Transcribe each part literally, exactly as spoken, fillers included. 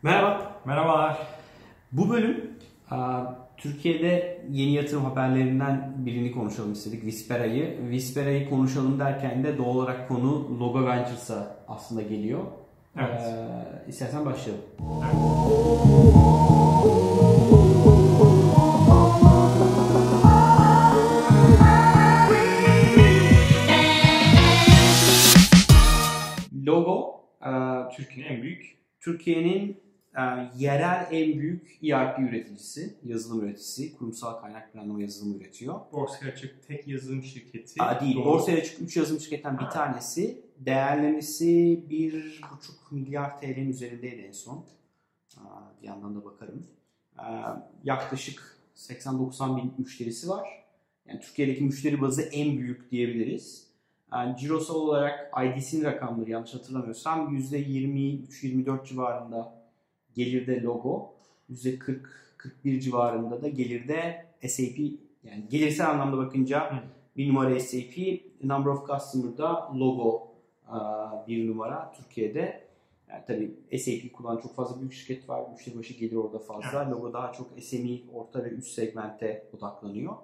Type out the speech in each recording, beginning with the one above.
Merhaba. Merhabalar. Bu bölüm Türkiye'de yeni yatırım haberlerinden birini konuşalım istedik. Vispera'yı. Vispera'yı konuşalım derken de doğal olarak konu Logo Ventures'a aslında geliyor. Evet. Ee, istersen başlayalım. Evet. Logo Türkiye'nin en büyük Türkiye'nin e, yerel en büyük E R P üreticisi, yazılım üreticisi, kurumsal kaynak planlama yazılımı üretiyor. borsaya açık tek yazılım şirketi. Aa, değil, Doğru. borsaya açık üç yazılım şirketten bir tanesi. Değerlemesi bir buçuk milyar T L'nin üzerindeydi en son. Aa, bir yandan da bakarım. Aa, yaklaşık seksen doksan bin müşterisi var. Yani Türkiye'deki müşteri bazı en büyük diyebiliriz. Yani cirosal olarak I D C'nin rakamları yanlış hatırlamıyorsam yüzde yirmi üç yirmi dört civarında gelirde Logo, yüzde kırk kırk bir civarında da gelirde S A P, yani gelirsel anlamda bakınca Hı. bir numara S A P, number of customer'da Logo bir numara Türkiye'de. Yani tabii S A P kullanan çok fazla büyük şirket var, müşteri başı gelir orada fazla. Evet. Logo daha çok S M E, orta ve üst segmente odaklanıyor.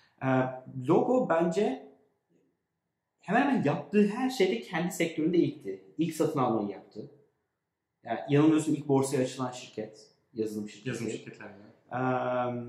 Logo bence hemen hemen yaptığı her şeyde kendi sektöründe ilkti. İlk satın almayı yaptı. Yani yanılmıyorsun ilk borsaya açılan şirket. Yazılım şirketi. Yazılım şirketlerinde. Ee,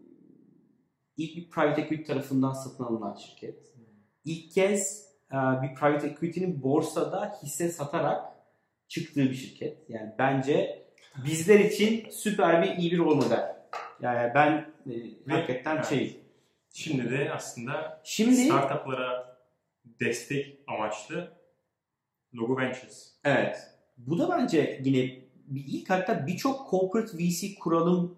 ilk bir private equity tarafından satın alınan şirket. Hmm. İlk kez e, bir private equity'nin borsada hisse satarak çıktığı bir şirket. Yani bence bizler için süper bir iyi bir rol model. Yani ben e, Ve, hakikaten evet. şey. Şimdi de aslında Şimdi, startuplara destek amaçlı Logo Ventures. Evet. Bu da bence yine bir ilk, hatta birçok corporate V C kuralım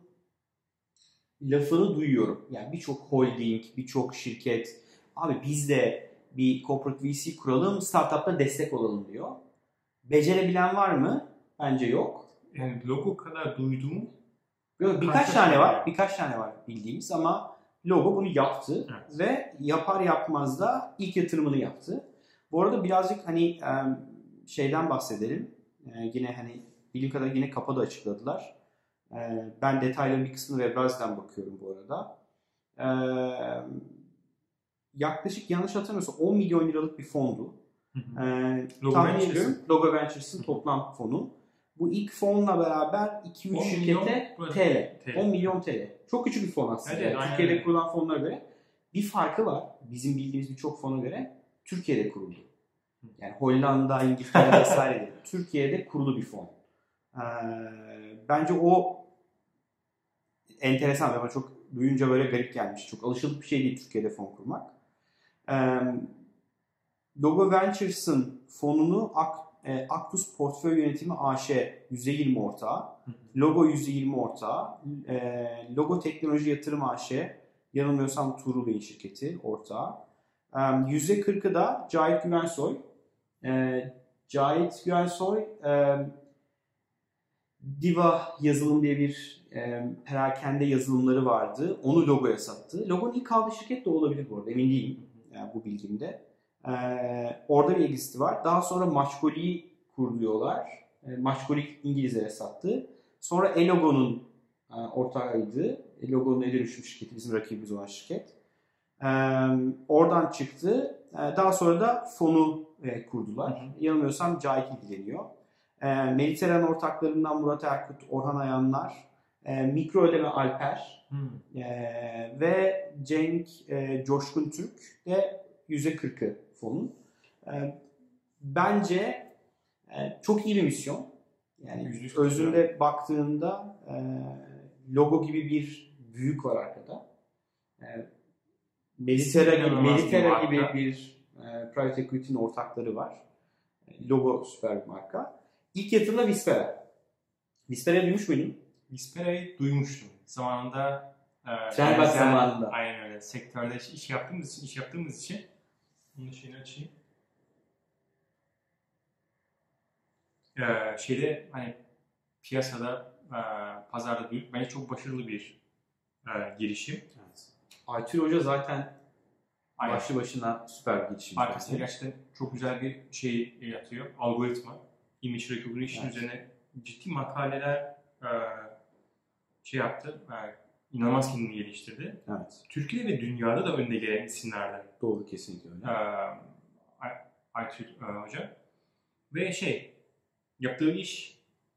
lafını duyuyorum. Yani birçok holding, birçok şirket, abi biz de bir corporate V C kuralım, startup'ta destek olalım diyor. Becerebilen var mı? Bence yok. Yani Logo kadar duyduğum Yok, birkaç tane var. Yani. Birkaç tane var bildiğimiz ama Logo bunu yaptı. Evet. Ve yapar yapmaz da ilk yatırımını yaptı. Bu arada birazcık hani şeyden bahsedelim. Ee, yine hani bildiğim kadar yine kapıda açıkladılar. Ee, ben detayların bir kısmını Webraz'dan bakıyorum bu arada. Ee, yaklaşık yanlış hatırlamıyorsam on milyon liralık bir fondu. Ee, tahmin ediyorum Logo Ventures'ın toplam fonu. Bu ilk fonla beraber iki üç şirkete T L. on milyon T L. Çok küçük bir fon aslında. Evet, yani Türkiye'de aynen. kurulan fonlara göre. Bir farkı var. Bizim bildiğimiz birçok fona göre Türkiye'de kuruldu. Yani Hollanda, İngiltere vesaire. Türkiye'de kurulu bir fon. Ee, bence o enteresan. Ama çok duyunca böyle garip gelmiş. Çok alışıldık bir şey değil Türkiye'de fon kurmak. Ee, Logo Ventures'ın fonunu e, Actus Portföy Yönetimi A Ş yüzde yirmi ortağı. Logo yüzde yirmi ortağı. E, Logo Teknoloji Yatırım A Ş, yanılmıyorsam Tuğrul Bey'in şirketi ortağı. E, yüzde kırkı da Cahit Güvensoy. E, Cahit Güvensoy e, Diva yazılım diye bir e, perakende yazılımları vardı. Onu Logo'ya sattı. Logo'nun ilk aldığı şirket de olabilir bu arada. Emin değilim yani bu bilgimde. E, orada bir exit'i var. Daha sonra Maçkoli'yi kuruluyorlar. E, Maçkoli İngilizlere sattı. Sonra Elogo'nun e, ortağıydı. Elogo'nun ele dönüşüm şirketi, bizim rakibimiz olan şirket. E, oradan çıktı. E, daha sonra da fonu e, kurdular. Hı hı. Yanılmıyorsam Cahit ilgileniyor. E, Mediterranean ortaklarından Murat Erkut, Orhan Ayanlar, e, Mikro Ödeme Alper e, ve Cenk e, Coşkun Türk de yüzde kırkı fonun. E, bence e, çok iyi bir misyon. Yani özünde yani. Baktığında e, Logo gibi bir büyük var arkada. E, Mediterra gibi, Mediterra gibi bir e, private equity'nin ortakları var. E, Logo süper bir marka. İlk yatırımda Vispera. Vispera'yı duymuş muydun? Vispera'yı duymuştum. Zamanında e, Trendbus zamanında. Aynen öyle. Sektörde iş yaptığımız için, iş yaptığımız için bunun şeyini açayım. Ee, şeyde hani piyasada, e, pazarda büyük, bence çok başarılı bir e, girişim. Evet. Aytül Hoca zaten Aynen. başlı başına süper bir girişim. Arkasında gerçekten çok güzel bir şey yatıyor. Algoritma, image recognition evet. üzerine ciddi makaleler e, şey yaptı. E, inanılmaz kendini geliştirdi. Evet. Türkiye'de ve dünyada da önde gelen isimlerden. Doğru, kesinlikle öyle. E, Ay- Aytürk e, Hoca. Ve şey, yaptığı iş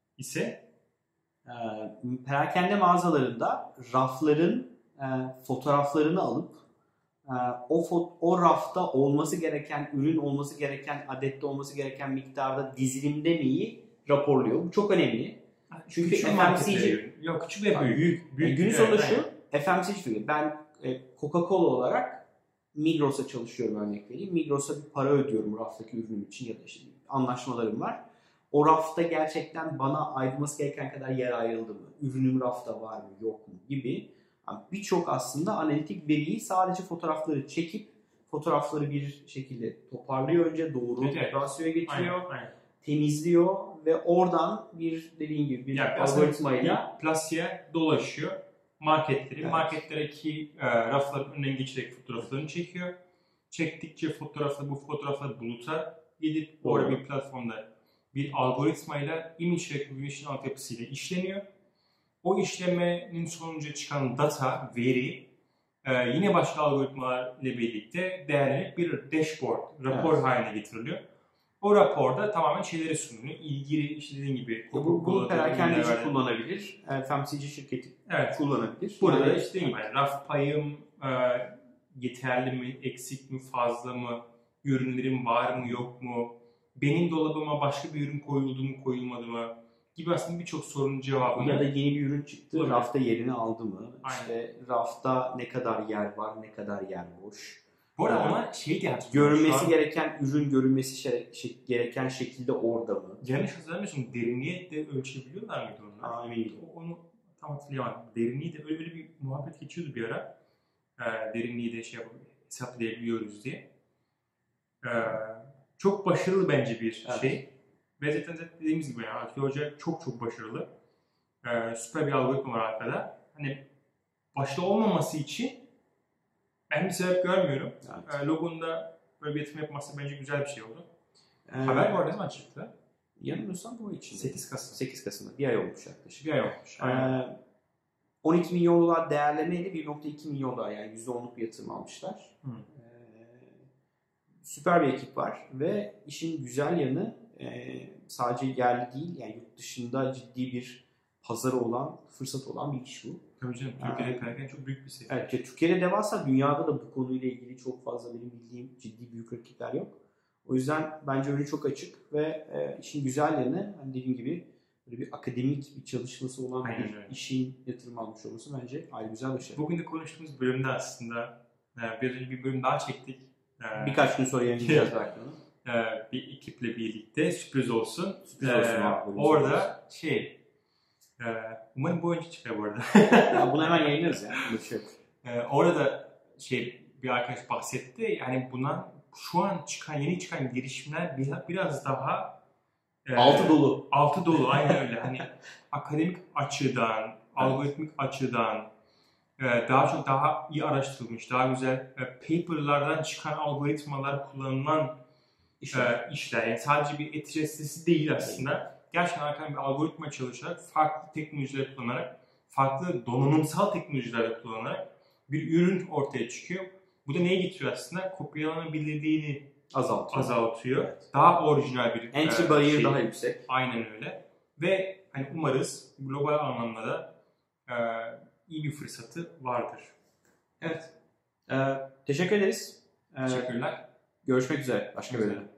ise Ee, perakende mağazalarında rafların e, fotoğraflarını alıp e, o fo- o rafta olması gereken ürün, olması gereken adette olması gereken miktarda dizilimde miyi raporluyor. Bu çok önemli. Çünkü küçük F M C G marketlerin, yok küçük ve büyük. büyük. büyük Günün evet, sonunda şu, aynen. F M C G firma. Ben e, Coca-Cola olarak Migros'a çalışıyorum, örnek vereyim. Migros'a bir para ödüyorum raftaki ürünüm için ya da işte anlaşmalarım var. O rafta gerçekten bana ayrılması gereken kadar yer ayrıldı mı? Ürünüm rafta var mı yok mu gibi. Yani birçok aslında analitik veriyi sadece fotoğrafları çekip fotoğrafları bir şekilde toparlıyor önce, doğru Evet, evet. rasyoya getiriyor, Aynen, aynen. temizliyor ve oradan bir dediğin gibi bir Yani algoritmayla plastiğe dolaşıyor. Marketleri, Evet. marketlerdeki e, rafların önünden geçerek fotoğraflarını çekiyor. Çektikçe fotoğraflar, bu fotoğraflar buluta gidip Doğru. orada bir platformda bir algoritmayla image recognition altyapısıyla işleniyor. O işlemenin sonucu çıkan data, veri e, yine başka algoritmalar ile birlikte değerlenip bir dashboard, rapor Evet. haline getiriliyor. O raporda tamamen şeyleri sunuluyor. İlgili işte dediğin gibi bu, bu perakendeci ürünler- kullanabilir, F M C G şirketi Evet. kullanabilir. Burada Yani- da işte dediğim gibi yani raf payım e, yeterli mi, eksik mi, fazla mı, ürünlerim var mı, yok mu, benim dolabıma başka bir ürün koyuldu mu, koyulmadı mı gibi aslında birçok sorunun cevabını. Ya da yeni bir ürün çıktı, Tabii. rafta yerini aldı mı? Aynen. İşte rafta ne kadar yer var, ne kadar yer boş. Bu arada Evet. ona şey diye Görünmesi an, gereken ürün görünmesi şe- şe- gereken şekilde orada mı? yanlış hatırlamıyorsun, derinliğe de ölçebiliyorlar mıydı onlar? Aa, emin değilim. O- Onu tam hatırlayamadım. Derinliği de öyle, öyle bir muhabbet geçiyordu bir ara. Ee, derinliği de şey yapıp hesaplayabiliyoruz diye. Ee, çok başarılı bence bir Evet. şey. Ve zaten zaten dediğimiz gibi yani Atilla Hoca çok çok başarılı. Ee, süper bir algoritma var arkada. Hani başta olmaması için ben bir sebep görmüyorum. Evet. Ee, Logon'da böyle bir yatırım yapması bence güzel bir şey oldu. Ee, Haber bu arada ne zaman çıktı? Yanılmıyorsam bu ay içinde. sekiz Kasım. sekiz Kasım'da. Bir ay olmuş yaklaşık. Bir ay olmuş. Aynen. Ee, on iki milyon dolar değerlemeyle bir virgül iki milyon dolar, yani yüzde onluk bir yatırım almışlar. Hı. Ee, süper bir ekip var ve işin güzel yanı e, sadece yerli değil, yani yurt dışında ciddi bir pazarı olan, fırsatı olan bir iş bu. Tabii canım. Türkiye'de perakende çok büyük bir sektör. Evet, ya Türkiye'de devasa, dünyada da bu konuyla ilgili çok fazla benim bildiğim ciddi büyük rakipler yok. O yüzden bence önü çok açık ve e, işin güzel yanı, hani dediğim gibi böyle bir akademik bir çalışması olan Aynen bir öyle. işin yatırım almış olması bence ayrı güzel bir şey. Bugün de konuştuğumuz bölümde aslında e, biraz önce bir bölüm daha çektik. E, Birkaç gün sonra yayınlayacağız belki onu. e, bir ekiple birlikte sürpriz olsun. Sürpriz olsun E, abi, bölüm orada şey e, umarım bu önce çıkar bu arada. Ya bunu hemen yayınlarız ya. Bu şey. e, orada şey bir arkadaş bahsetti. Yani buna şu an çıkan yeni çıkan girişimler biraz, biraz daha e, Altı dolu. altı dolu aynen öyle. Hani akademik açıdan, algoritmik açıdan e, daha çok daha iyi araştırılmış, daha güzel e, paperlardan çıkan algoritmalar kullanılan İşte. e, işler. Yani sadece bir etiket sitesi değil aslında. Gerçekten arkadan bir algoritma çalışarak, farklı teknolojiler kullanarak, farklı donanımsal teknolojiler kullanarak bir ürün ortaya çıkıyor. Bu da neye getiriyor aslında? Kopyalanabilirliğini Azaltıyor. azaltıyor. Evet. Daha orijinal bir Entry e, barrier şey. daha yüksek. Aynen öyle. Ve hani umarız global anlamda da e, iyi bir fırsatı vardır. Evet. Ee, teşekkür ederiz. Ee, Teşekkürler. görüşmek üzere başka bölümde.